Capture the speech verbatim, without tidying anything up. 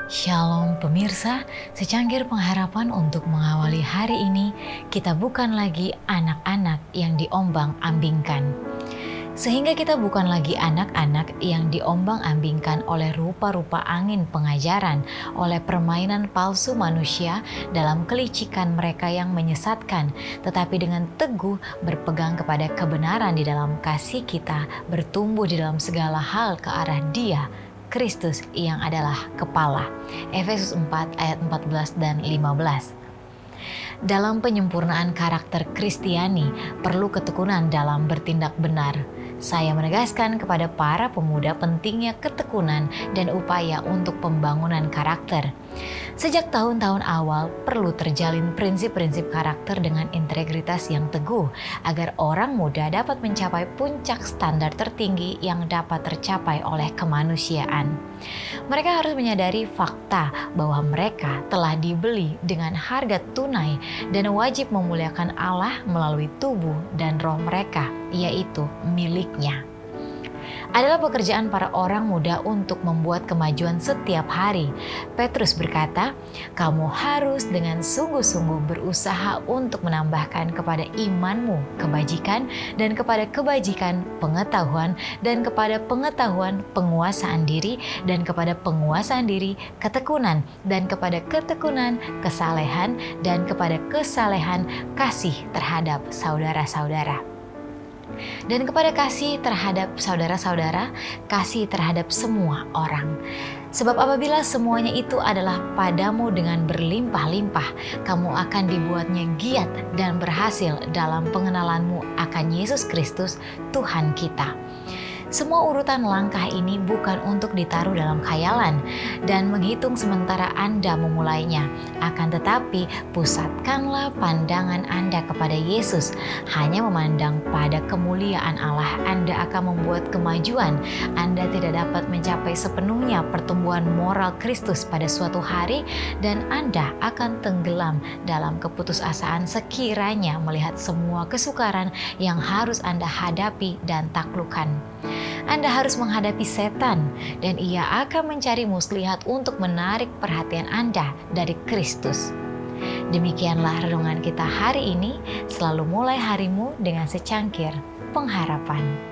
Shalom pemirsa, secangkir pengharapan untuk mengawali hari ini, kita bukan lagi anak-anak yang diombang-ambingkan. Sehingga kita bukan lagi anak-anak yang diombang-ambingkan oleh rupa-rupa angin pengajaran, oleh permainan palsu manusia dalam kelicikan mereka yang menyesatkan, tetapi dengan teguh berpegang kepada kebenaran di dalam kasih kita, bertumbuh di dalam segala hal ke arah Dia, Kristus yang adalah kepala. Efesus empat ayat empat belas dan lima belas. Dalam penyempurnaan karakter Kristiani perlu ketekunan dalam bertindak benar. Saya menegaskan kepada para pemuda pentingnya ketekunan dan upaya untuk pembangunan karakter. Sejak tahun-tahun awal perlu terjalin prinsip-prinsip karakter dengan integritas yang teguh agar orang muda dapat mencapai puncak standar tertinggi yang dapat tercapai oleh kemanusiaan. Mereka harus menyadari fakta bahwa mereka telah dibeli dengan harga tunai dan wajib memuliakan Allah melalui tubuh dan roh mereka, yaitu miliknya. Adalah pekerjaan para orang muda untuk membuat kemajuan setiap hari. Petrus berkata, kamu harus dengan sungguh-sungguh berusaha untuk menambahkan kepada imanmu kebajikan, dan kepada kebajikan pengetahuan, dan kepada pengetahuan penguasaan diri, dan kepada penguasaan diri ketekunan, dan kepada ketekunan kesalehan, dan kepada kesalehan kasih terhadap saudara-saudara. Dan kepada kasih terhadap saudara-saudara, kasih terhadap semua orang. Sebab apabila semuanya itu adalah padamu dengan berlimpah-limpah, kamu akan dibuatnya giat dan berhasil dalam pengenalanmu akan Yesus Kristus, Tuhan kita. Semua urutan langkah ini bukan untuk ditaruh dalam khayalan dan menghitung sementara Anda memulainya. Akan tetapi, pusatkanlah pandangan Anda kepada Yesus. Hanya memandang pada kemuliaan Allah, Anda akan membuat kemajuan. Anda tidak dapat mencapai sepenuhnya pertumbuhan moral Kristus pada suatu hari, dan Anda akan tenggelam dalam keputusasaan sekiranya melihat semua kesukaran yang harus Anda hadapi dan taklukkan. Anda harus menghadapi setan, dan ia akan mencari muslihat untuk menarik perhatian Anda dari Kristus. Demikianlah renungan kita hari ini. Selalu mulai harimu dengan secangkir pengharapan.